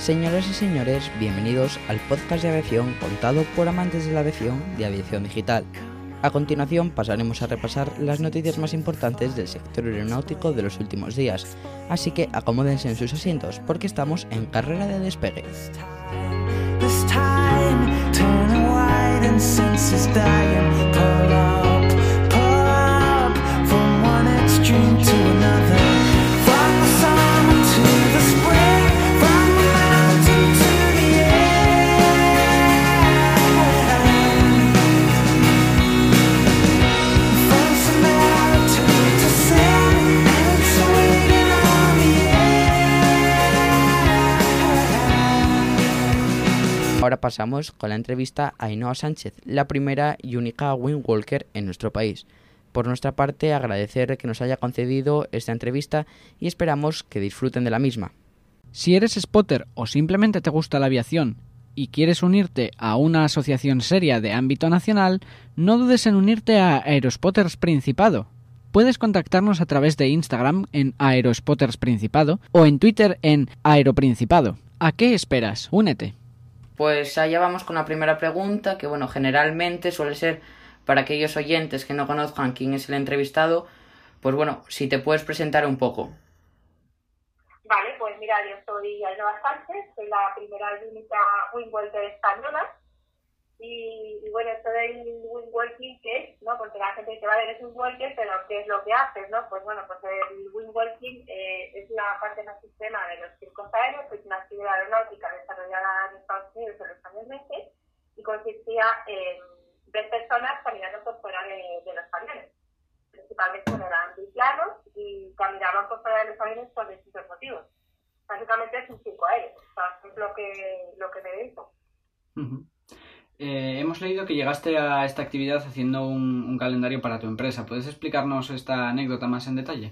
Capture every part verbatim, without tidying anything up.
Señoras y señores, bienvenidos al podcast de aviación contado por amantes de la aviación de Aviación Digital. A continuación pasaremos a repasar las noticias más importantes del sector aeronáutico de los últimos días, así que acomódense en sus asientos porque estamos en carrera de despegue. Ahora pasamos con la entrevista a Ainhoa Sánchez, la primera y única wingwalker en nuestro país. Por nuestra parte, agradecer que nos haya concedido esta entrevista y esperamos que disfruten de la misma. Si eres spotter o simplemente te gusta la aviación y quieres unirte a una asociación seria de ámbito nacional, no dudes en unirte a Aerospotters Principado. Puedes contactarnos a través de Instagram en Aerospotters Principado o en Twitter en Aeroprincipado. ¿A qué esperas? Únete. Pues allá vamos con la primera pregunta, que bueno, generalmente suele ser para aquellos oyentes que no conozcan quién es el entrevistado, pues bueno, si te puedes presentar un poco. Vale, pues mira, yo soy Ainhoa Sánchez, soy la primera y única wingwalker española. Y, y bueno, esto del wingwalking, ¿qué es? ¿No? Porque la gente dice, vale, eres un walker, pero ¿qué es lo que haces? ¿No? Pues bueno, pues el wingwalking eh, es la parte más extrema de los circos aéreos, que es una actividad aeronáutica desarrollada en Estados Unidos en los años veinte y consistía en ver personas caminando por fuera de, de los aviones. Principalmente bueno, eran biplanos y caminaban por fuera de los aviones por distintos motivos. Básicamente es un circo aéreo, o sea, es lo que, lo que me dedico. Uh-huh. Eh, hemos leído que llegaste a esta actividad haciendo un, un calendario para tu empresa. ¿Puedes explicarnos esta anécdota más en detalle?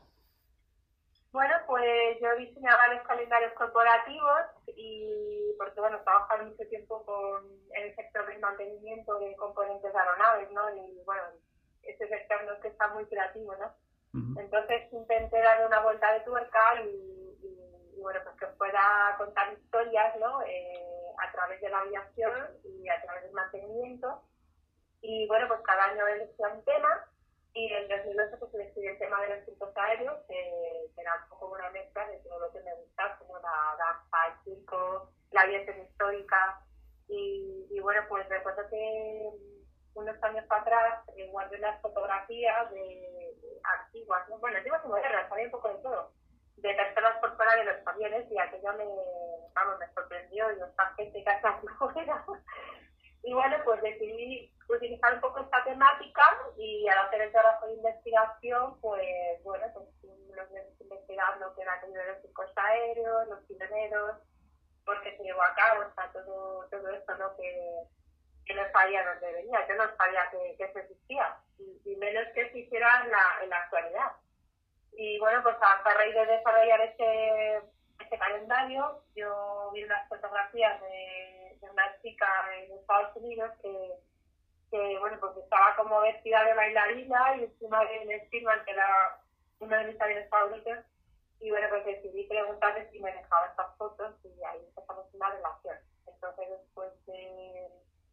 Bueno, pues yo diseñaba los calendarios corporativos y porque bueno, trabajaba mucho tiempo con, en el sector del mantenimiento de componentes de aeronaves, ¿no? Y bueno, ese sector no es que está muy creativo, ¿no? Uh-huh. Entonces intenté darle una vuelta de tuerca y, y, y bueno, pues que pueda contar historias, ¿no? Eh, a través de la aviación y a través del mantenimiento. Y bueno, pues cada año elegía un tema y en dos mil ocho pues elegí el tema de los circos aéreos, que, que era un poco una mezcla de todo lo que me gusta, como la danza, el circo, la aviación histórica. Y, y bueno, pues recuerdo que unos años atrás eh, guardé las fotografías de, de antiguas, ¿no? Bueno, antiguas y modernas, había un poco de todo, de personas por fuera de los aviones y aquello me, vamos, me sorprendió y esta gente que hace afuera. Y bueno, pues decidí utilizar un poco esta temática y al hacer el trabajo de investigación, pues bueno, pues los meses investigando que era aquello de los circos aéreos, los pioneros, porque se llevó a cabo, o sea, todo, todo esto, ¿no? Que, que no sabía dónde venía, yo no sabía que, que eso existía, y, y menos que se hiciera en la, en la actualidad. Y bueno, pues a, a raíz de desarrollar este, este calendario, yo vi unas fotografías de, de una chica en Estados Unidos que, que, bueno, pues estaba como vestida de bailarina y encima de un Spielman, que era uno de mis aviones favoritos. Y bueno, pues decidí preguntarle si me dejaba estas fotos y ahí empezamos una relación. Entonces, después de,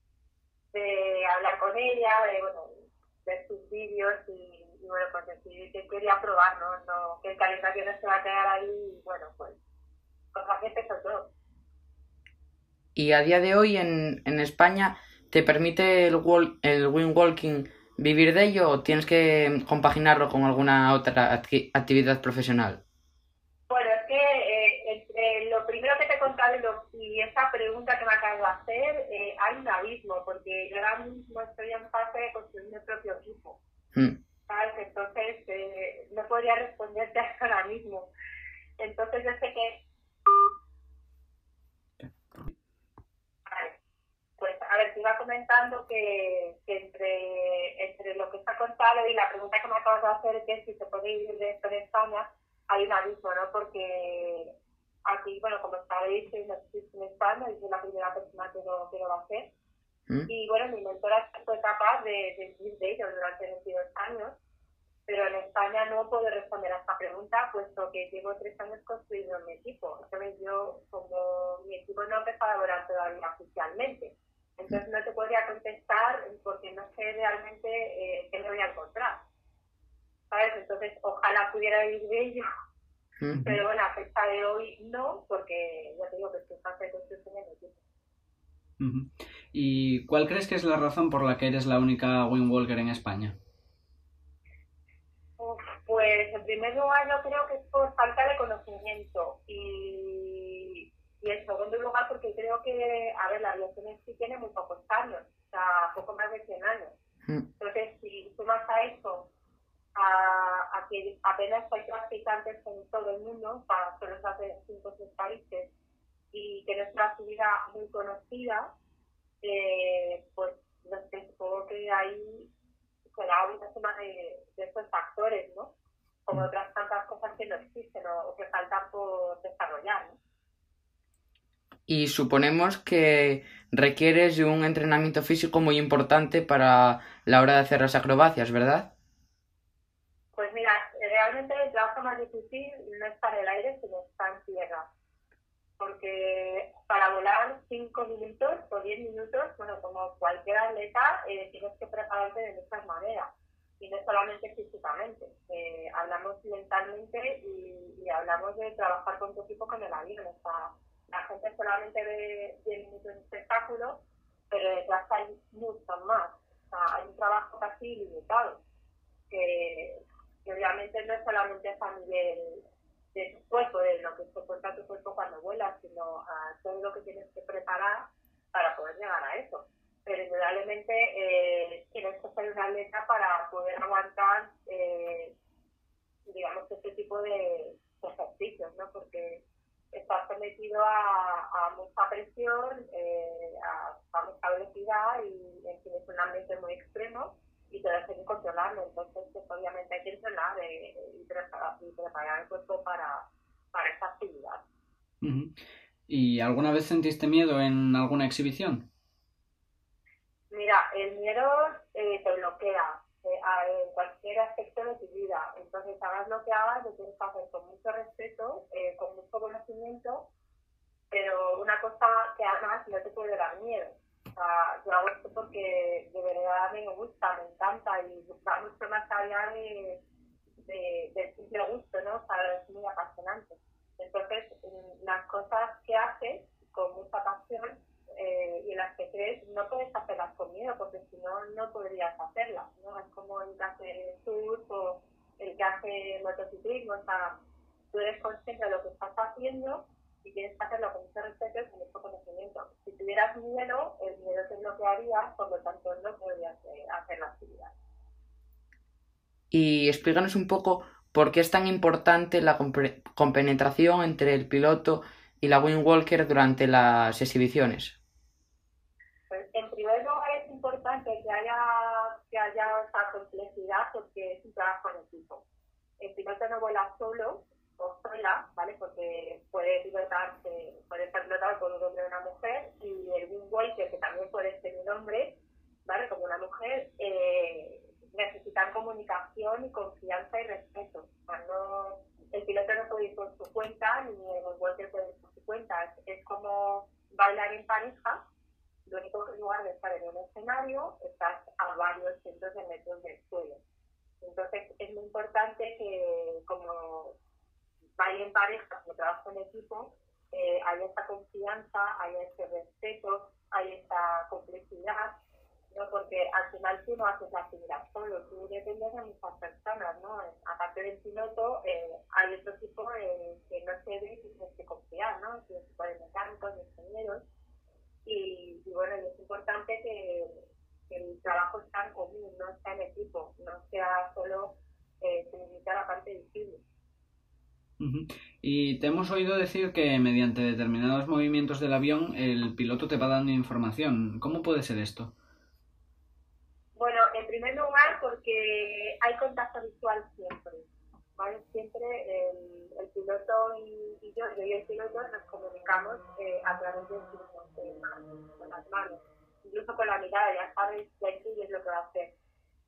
de hablar con ella, de, bueno, ver sus vídeos y, y bueno, pues decidí que quería probar, ¿no? No, que el calendario no se va a quedar ahí y bueno, pues pues así empezó todo. Y a día de hoy en, en España, ¿te permite el, wall, el wingwalking vivir de ello o tienes que compaginarlo con alguna otra acti- actividad profesional? Bueno, es que eh, entre lo primero que te he contado y, lo, y esa pregunta que me acabas de hacer, eh, hay un abismo, porque yo ahora mismo estoy en fase de construir mi propio equipo. Mm. ¿Sabes? Entonces, eh, no podría responderte a eso ahora mismo. Entonces, yo sé que... Vale. Pues, a ver, te iba comentando que, que entre, entre lo que está contado y la pregunta que me acabas de hacer, que es si se puede vivir de esto en España, hay un abismo, ¿no? Porque aquí, bueno, como sabéis, no existe en España y soy la primera persona que lo, que lo va a hacer. ¿Mm? Y bueno, mi mentora fue capaz de, de vivir de ello durante veintidós años. Pero en España no puedo responder a esta pregunta, puesto que llevo tres años construyendo mi equipo. Entonces yo, como mi equipo no ha empezado a laborar todavía oficialmente, entonces no te podría contestar porque no sé realmente eh, qué me voy a encontrar. ¿Sabes? Entonces ojalá pudiera vivir de ello. Uh-huh. Pero bueno, a fecha de hoy no, porque ya te digo que estoy en fase de construcción de mi equipo. Uh-huh. ¿Y cuál crees que es la razón por la que eres la única Windwalker en España? Uf, pues en primer lugar yo creo que es por falta de conocimiento y, y en segundo lugar porque creo que, a ver, la aviación en sí tiene muy pocos años, o sea, poco más de cien años. Entonces, si sumas a eso, a, a que apenas hay practicantes en todo el mundo, o sea, solo se hace en cinco o seis países, y que no es una actividad muy conocida, eh, pues no sé, supongo que ahí será una suma de, de estos factores, ¿no? Como otras tantas cosas que no existen o, o que faltan por desarrollar, ¿no? Y suponemos que requieres de un entrenamiento físico muy importante para la hora de hacer las acrobacias, ¿verdad? Pues mira, realmente el trabajo más difícil no está en el aire, sino está en tierra. Porque para volar cinco minutos o diez minutos, bueno, como cualquier atleta, eh, tienes que prepararte de muchas maneras. Y no solamente físicamente. Eh, hablamos mentalmente y, y hablamos de trabajar con tu equipo con el avión. O sea, la gente solamente ve diez minutos de espectáculo, pero detrás hay mucho más. O sea, hay un trabajo casi ilimitado, que, que obviamente no es solamente a nivel de tu cuerpo, de lo que soporta tu cuerpo cuando vuelas, sino a todo lo que tienes que preparar para poder llegar a eso. Pero indudablemente eh, tienes que ser una atleta para poder aguantar, eh, digamos, este tipo de, de ejercicios, ¿no? Porque estás sometido a, a mucha presión, eh, a, a mucha velocidad y en fin, es un ambiente muy extremo y te dejas de controlarlo. Entonces, pues, obviamente hay que entrenar eh, y, preparar, y preparar el cuerpo para, para esa actividad. Uh-huh. ¿Y alguna vez sentiste miedo en alguna exhibición? Mira, el miedo eh, te bloquea eh, a, en cualquier aspecto de tu vida. Entonces, hagas lo que hagas, lo tienes que hacer con mucho respeto, eh, con mucho conocimiento, pero una cosa que además no te puede dar miedo. O sea, yo hago esto porque de verdad me gusta, me encanta y va mucho más allá de, de, del simple gusto, ¿no? O sea, es muy apasionante. Entonces, las cosas que haces con mucha pasión eh, y en las que crees, no puedes hacerlas con miedo, porque si no, no podrías hacerlas, ¿no? Es como el que hace surf o el que hace motociclismo, o sea, tú eres consciente de lo que estás haciendo y tienes que hacerlo con mucho respeto y con mucho conocimiento. Si tuvieras miedo, el miedo te bloquearía, por lo tanto no podrías eh, hacer la actividad. Y explícanos un poco por qué es tan importante la compre- compenetración entre el piloto y la Windwalker durante las exhibiciones. Pues, en primer lugar es importante que haya, que haya esa complejidad porque es un trabajo en equipo. El piloto no vuela solo o sola, ¿vale? Porque puede pilotarse, puede ser pilotado por un hombre o una mujer, y el Windwalker, que también puede ser un hombre, ¿vale? Como una mujer, eh, necesitan comunicación y confianza y respeto. Cuando el piloto no puede ir por su cuenta, ni el Windwalker puede ir por su cuenta. Es, es como bailar en pareja. Lo único que en lugar de estar en un escenario, estás a varios cientos de metros del suelo. Entonces es muy importante que como baile en pareja, como trabajo en equipo, eh, haya esta confianza, haya este respeto, haya esta complejidad, ¿no? Porque al final tú no haces la actividad solo, tú dependes de muchas personas, ¿no? Aparte del piloto, eh, hay otro tipo eh, que no se ve y tienes que confiar, ¿no? Tienes tipo de mecánicos, de ingenieros. Y, y bueno, y es importante que, que el trabajo sea en común, no sea en equipo, no sea solo eh, se limita a la parte visible. Uh-huh. Y te hemos oído decir que mediante determinados movimientos del avión el piloto te va dando información. ¿Cómo puede ser esto? Bueno, en primer lugar porque hay contacto visual siempre, ¿vale? Siempre el, el piloto y, y yo, yo y el piloto nos comunicamos eh, a través de signos de manos, con las manos, incluso con la mirada, ya sabes, ya intuyes lo que va a hacer.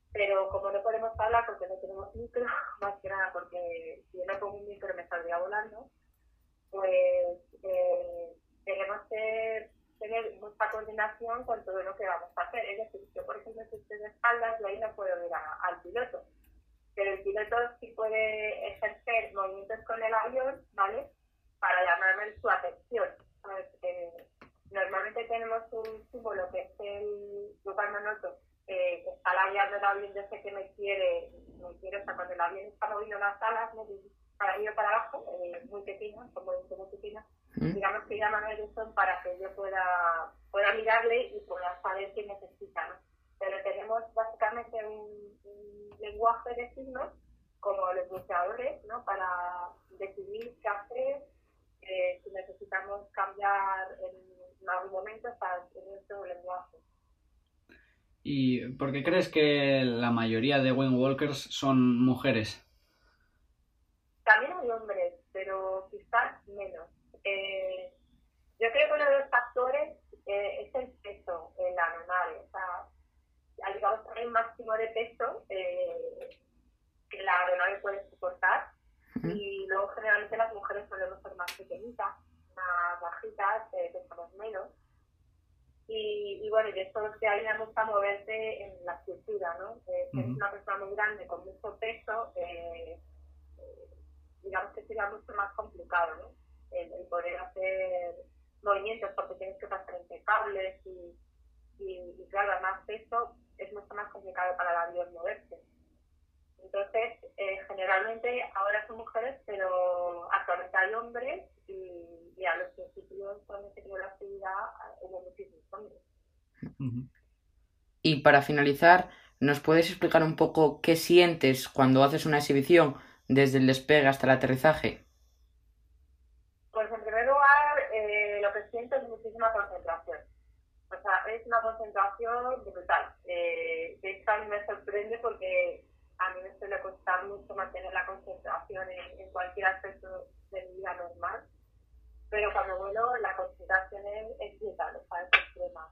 pero como no podemos hablar porque no tenemos micro, más que nada porque si yo no pongo un micro me saldría volando, pues eh, tenemos que tener mucha coordinación con todo lo que vamos a hacer. Es decir, yo por ejemplo si estoy de espaldas, yo ahí no puedo ver a, al piloto, pero el piloto sí puede ejercer movimientos con el avión, ¿vale? Para llamarme su atención. Pues, eh, normalmente tenemos un símbolo que es el, yo cuando noto eh, que está ladeando el avión desde que me quiere, me quiere, o sea, cuando el avión está moviendo las alas, me dice para arriba para abajo, eh, muy pequeñas, como dice muy pequeñas, ¿Mm? digamos que llaman a Edison para que yo pueda, pueda mirarle y pueda saber qué necesita, ¿no? Pero tenemos básicamente un, un lenguaje de signos, como los buceadores, ¿no? Para decidir qué hacer, eh, si necesitamos cambiar en, en algún momento, o sea, en nuestro lenguaje. ¿Y por qué crees que la mayoría de windwalkers son mujeres? También hay hombres, pero quizás menos. Eh, yo creo que uno de los factores eh, es el peso en la aeronave. O sea, al llegar a un máximo de peso eh, que la aeronave puede soportar, y luego generalmente las mujeres solemos ser más pequeñitas, más bajitas, eh, pesamos menos. Y, y bueno, y eso te ayuda mucho a moverte en la estructura, ¿no? Eh, si eres una persona muy grande con mucho peso, eh, digamos que sería mucho más complicado, ¿no? El, el poder hacer movimientos porque tienes que pasar entre cables y, y, y claro, además peso es mucho más complicado para el avión moverse. Entonces, eh, generalmente ahora son mujeres, pero actualmente hay hombres y, y a los principios cuando se creó la actividad hubo muchísimos hombres. Uh-huh. Y para finalizar, ¿nos puedes explicar un poco qué sientes cuando haces una exhibición desde el despegue hasta el aterrizaje? Pues en primer lugar, eh, lo que siento es muchísima concentración. O sea, es una concentración brutal. Eh, de hecho, a mí me sorprende porque a mí me suele costar mucho mantener la concentración en, en cualquier aspecto de mi vida normal. Pero cuando vuelo, la concentración es, es brutal, o sea, es extrema.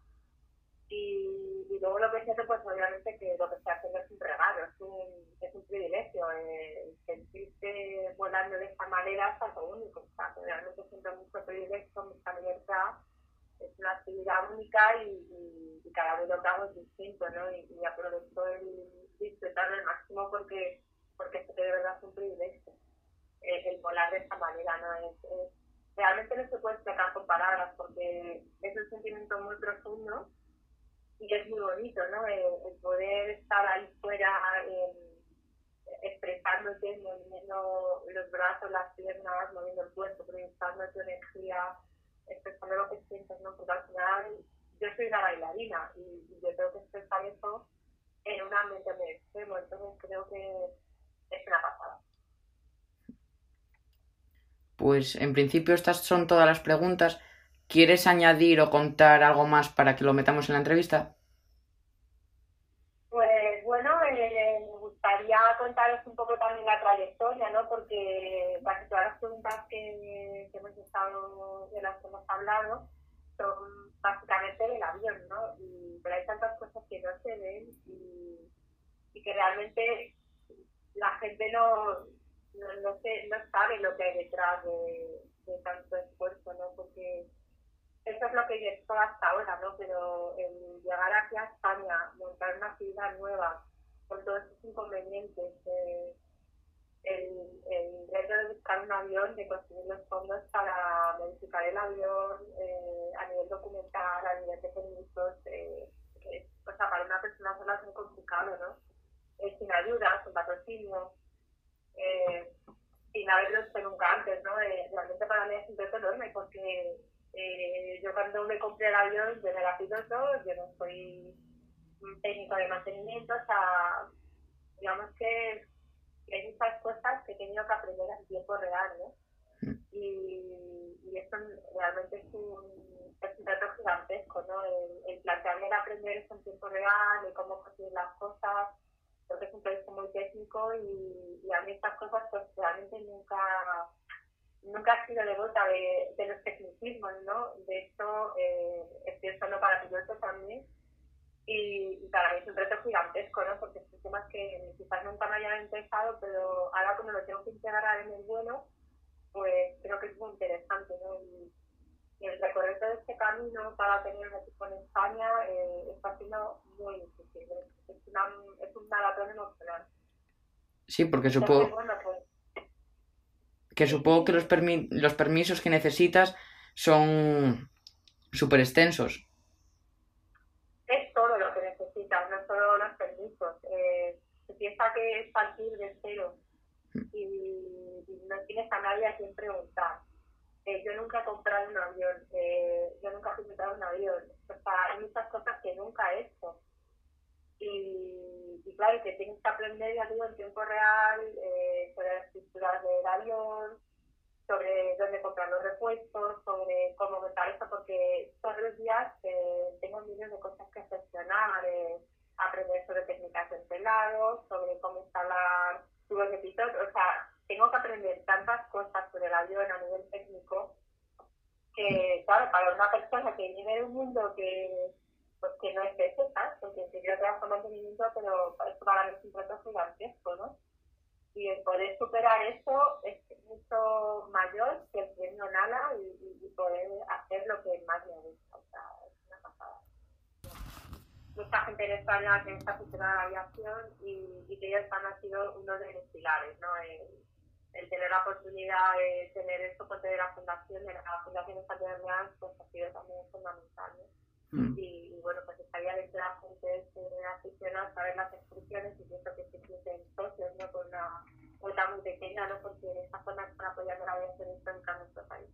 Y, y luego lo que siento, pues obviamente que lo que estoy haciendo es un regalo, es un, es un privilegio. Eh, sentirte volando de esta manera es algo único. O sea, realmente siento mucho privilegio, mucha libertad. Es una actividad única y, y, y cada vuelo que hago es distinto, ¿no? Y, y aprovecho el disfrutarlo al máximo porque, porque esto de verdad es un privilegio. Eh, el volar de esta manera, ¿no? Es, es, realmente no se puede explicar con palabras porque es un sentimiento muy profundo y es muy bonito, ¿no? El, el poder estar ahí fuera eh, expresándote, moviendo los brazos, las piernas, moviendo el cuerpo, proyectando tu energía, expresando lo que sientes, ¿no? Porque al final yo soy una bailarina y, y yo tengo que expresar eso en un ambiente muy extremo, entonces creo que es una pasada. Pues en principio estas son todas las preguntas. ¿Quieres añadir o contar algo más para que lo metamos en la entrevista? Pues bueno, eh, me gustaría contaros un poco también la trayectoria, ¿no? Porque casi todas las preguntas que, que hemos estado, de las que hemos hablado son básicamente del avión, ¿no? Y, pero hay tantas cosas que no se ven y, y que realmente la gente no, no, no, se, no sabe lo que hay detrás de, de tanto esfuerzo, ¿no? Porque eso es lo que he hecho hasta ahora, ¿no? Pero el llegar aquí a España, montar una actividad nueva, con todos esos inconvenientes, eh, el, el reto de buscar un avión, de conseguir los fondos para modificar el avión, eh, a nivel documental, a nivel de permisos, eh, que, o sea, para una persona sola es muy complicado, ¿no? Eh, sin ayuda, sin patrocinio, eh, sin haberlo hecho nunca antes, ¿no? Eh, realmente para mí es un reto enorme porque Eh, yo cuando me compré el avión, yo no era piloto, yo no soy un técnico de mantenimiento, o sea, digamos que hay muchas cosas que he tenido que aprender en tiempo real, ¿no? Y, y esto realmente es un, es un reto gigantesco, ¿no? El, el plantearme el aprender esto en tiempo real, de cómo conseguir las cosas, porque es un proyecto muy técnico y, y a mí estas cosas pues realmente nunca... nunca he sido devota de, de los tecnicismos, ¿no? De hecho, eh, estoy usando para pilotos también y, y para mí es un reto gigantesco, ¿no? Porque este tema quizás nunca me hayan interesado, pero ahora como lo tengo que integrar en el vuelo, pues creo que es muy interesante, ¿no? Y, y el recorrer todo este camino para tener un equipo en España eh, está siendo muy difícil, es, es, una, es un maratón emocional. Sí, porque Entonces, supongo bueno, pues, que supongo que los, permi- los permisos que necesitas son súper extensos. Es todo lo que necesitas, no solo los permisos. Eh, se piensa que es partir de cero y, y no tienes a nadie a quien preguntar. Eh, yo nunca he comprado un avión, eh, yo nunca he comprado un avión. O sea, hay muchas cosas que nunca he hecho. Y, y claro, que tienes que aprender, ya digo, en tiempo real eh, sobre las estructuras del avión, sobre dónde comprar los repuestos, sobre cómo montar esto, porque todos los días eh, tengo miles de cosas que gestionar, eh, aprender sobre técnicas de pelado, sobre cómo instalar tubos de pitot, o sea, tengo que aprender tantas cosas sobre el avión a nivel técnico que, claro, para una persona que viene de un mundo que, pues, que no es ese, ¿sabes? Porque en yo trabajo en mantenimiento, pero esto para mí es un reto gigantesco, ¿no? Y el poder superar eso es mucho mayor que el premio Nala y, y, y poder hacer lo que más me gusta. O sea, es una pasada. Mucha gente en España que está aficionada a la aviación y, y que ellos han sido uno de los pilares, ¿no? El, el tener la oportunidad de tener el soporte de la fundación, de la Fundación Estatal de Real, pues ha sido también fundamental, ¿no? Mm. Y, y bueno, pues estaría dentro de la gente eh, aficionada a saber las excursiones y pienso que se sienten socios, ¿no? Con una cuota muy pequeña, ¿no? Porque de esta forma están apoyando la aviación histórica en nuestro país.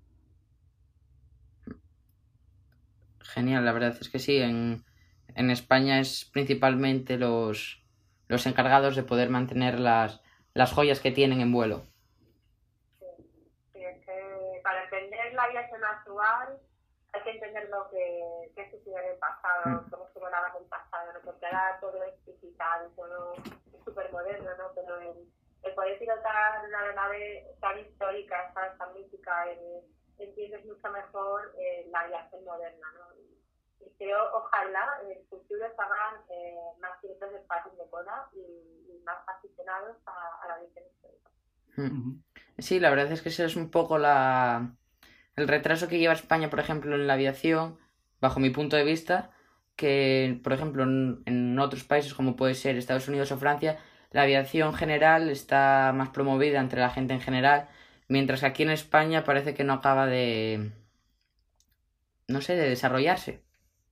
Genial, la verdad es que sí, en, en España es principalmente los, los encargados de poder mantener las, las joyas que tienen en vuelo. Sí, sí, es que para entender la aviación actual hay que entender lo que, que sucedió en el pasado, mm. cómo se volaba en el pasado, ¿no? Porque ahora todo es digital, todo es súper moderno, ¿no? Pero el, el poder pilotar una nave tan histórica, tan, tan mítica, el, entiendes mucho mejor eh, la aviación moderna, ¿no? Y, y creo, ojalá, en el futuro se hagan eh, más pilotos de espacio de cola y, y más aficionados a, a la aviación histórica. Mm. Sí, la verdad es que esa es un poco la... el retraso que lleva España, por ejemplo, en la aviación, bajo mi punto de vista, que, por ejemplo, en, en otros países como puede ser Estados Unidos o Francia, la aviación general está más promovida entre la gente en general, mientras que aquí en España parece que no acaba de, no sé, de desarrollarse.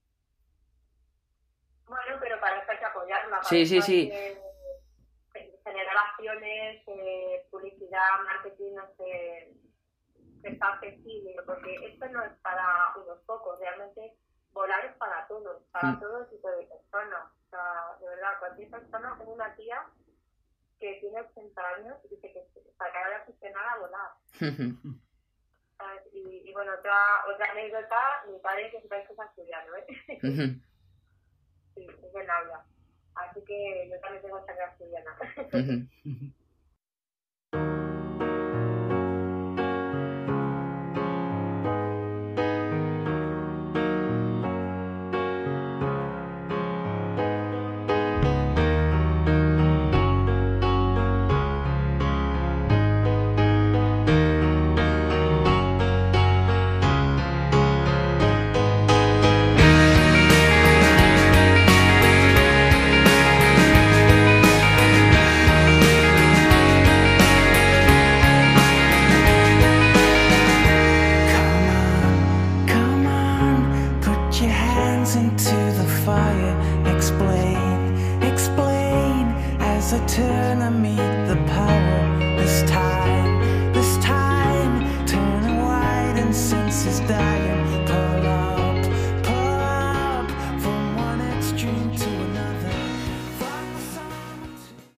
Bueno, pero para eso hay que apoyarla. Para sí, sí, sí. Que, generar acciones, eh, publicidad, marketing, no sé, que está accesible, porque esto no es para unos pocos, realmente volar es para todos, para mm. todo tipo de personas. O sea, de verdad, cualquier persona, tengo una tía que tiene ochenta años y dice que se acaba de aficionar a volar. y, y bueno, otra, otra anécdota, mi padre que siempre es asturiano, ¿eh? Sí, es de Navia. Así que yo también tengo sangre asturiana.